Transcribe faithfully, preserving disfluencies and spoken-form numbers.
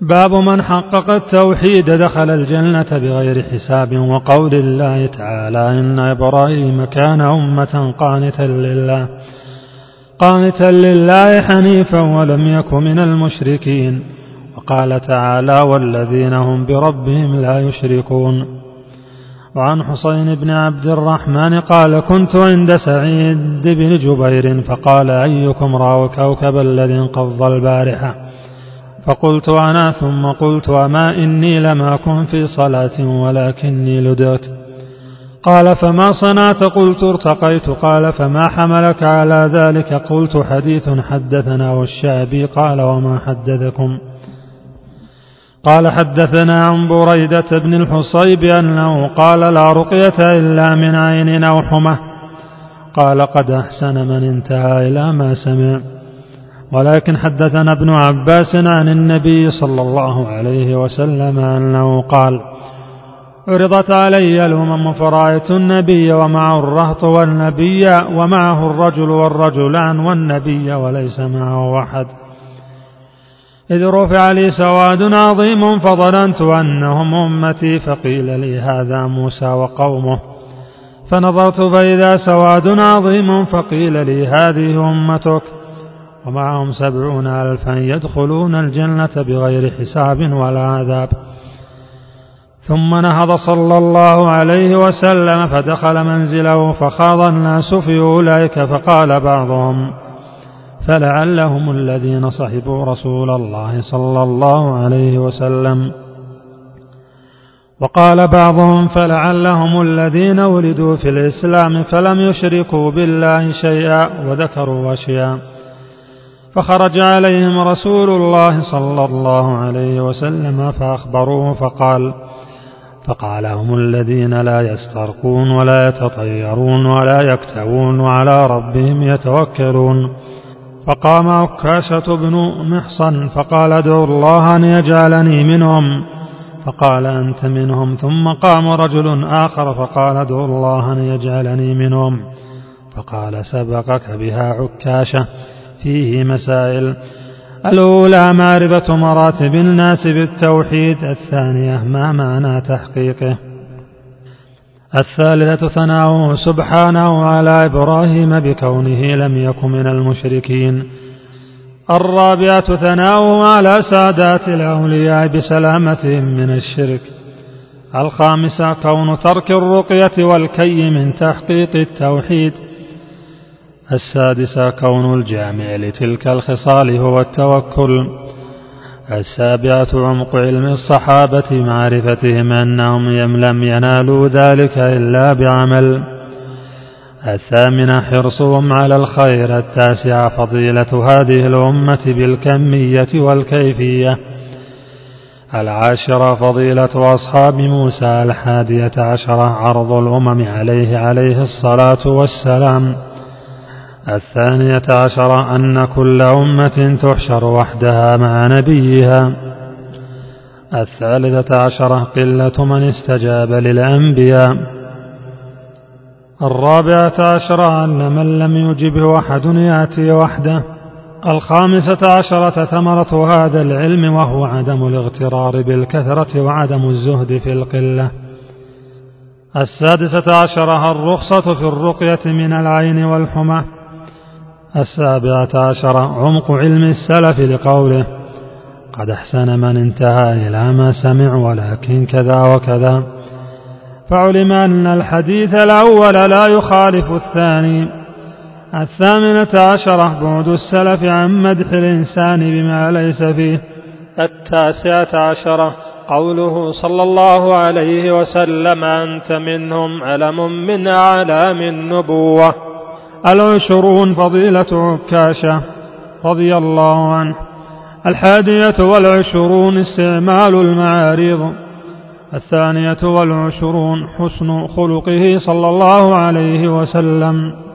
باب من حقق التوحيد دخل الجنة بغير حساب. وقول الله تعالى إن إبراهيم كان أمة قانتا لله قانتا لله حنيفا ولم يك من المشركين. وقال تعالى والذين هم بربهم لا يشركون. وعن حسين بن عبد الرحمن قال كنت عند سعيد بن جبير فقال أيكم رأى كوكب الذي انقض البارحة؟ فقلت أنا، ثم قلت أما إني لم أكن في صلاة ولكني لدغت. قال فما صنعت؟ قلت ارتقيت. قال فما حملك على ذلك؟ قلت حديث حدثنا والشعبي. قال وما حدثكم؟ قال حدثنا عن بريدة بن الحصيب أنه قال لا رقية إلا من عين أو حمى. قال قد أحسن من انتهى إلى ما سمع. ولكن حدثنا ابن عباس عن النبي صلى الله عليه وسلم أنه قال عرضت علي الأمم فرأيت النبي ومعه الرهط والنبي ومعه الرجل والرجلان والنبي وليس معه أحد، إذ رفع لي سواد عظيم فظننت أنهم أمتي، فقيل لي هذا موسى وقومه، فنظرت فإذا سواد عظيم فقيل لي هذه أمتك ومعهم سبعون ألفا يدخلون الجنة بغير حساب ولا عذاب. ثم نهض صلى الله عليه وسلم فدخل منزله فخاض الناس في أولئك، فقال بعضهم فلعلهم الذين صحبوا رسول الله صلى الله عليه وسلم، وقال بعضهم فلعلهم الذين ولدوا في الإسلام فلم يشركوا بالله شيئا، وذكروا أشياء. فخرج عليهم رسول الله صلى الله عليه وسلم فأخبروه فقال فقال هم الذين لا يسترقون ولا يتطيرون ولا يكتوون وعلى ربهم يتوكلون. فقام عكاشة بن محصن فقال ادعوا الله أن يجعلني منهم، فقال أنت منهم. ثم قام رجل آخر فقال ادعوا الله أن يجعلني منهم، فقال سبقك بها عكاشة. فيه مسائل: الأولى معرفة مراتب الناس بالتوحيد، الثانية ما معنى تحقيقه، الثالثة ثناؤه سبحانه على إبراهيم بكونه لم يكن من المشركين، الرابعة ثناؤه على سادات الأولياء بسلامتهم من الشرك، الخامسة كون ترك الرقية والكي من تحقيق التوحيد، السادسة كون الجامع لتلك الخصال هو التوكل، السابعة عمق علم الصحابة معرفتهم أنهم لم ينالوا ذلك إلا بعمل، الثامنة حرصهم على الخير، التاسعة فضيلة هذه الأمة بالكمية والكيفية، العاشرة فضيلة أصحاب موسى، الحادية عشرة عرض الأمم عليه عليه الصلاة والسلام، الثانية عشرة أن كل أمة تحشر وحدها مع نبيها، الثالثة عشرة قلة من استجاب للأنبياء، الرابعة عشرة أن من لم يجبه أحد يأتي وحده، الخامسة عشرة ثمرة هذا العلم وهو عدم الاغترار بالكثرة وعدم الزهد في القلة، السادسة عشرة الرخصة في الرقية من العين والحمى، السابعة عشرة عمق علم السلف لقوله قد أحسن من انتهى إلى ما سمع ولكن كذا وكذا، فعلم أن الحديث الأول لا يخالف الثاني، الثامنة عشرة بعد السلف عن مدح الإنسان بما ليس فيه، التاسعة عشرة قوله صلى الله عليه وسلم أنت منهم علم من أعلام النبوة، العشرون فضيلة عكاشة رضي الله عنه، الحادية والعشرون استعمال المعارض، الثانية والعشرون حسن خلقه صلى الله عليه وسلم.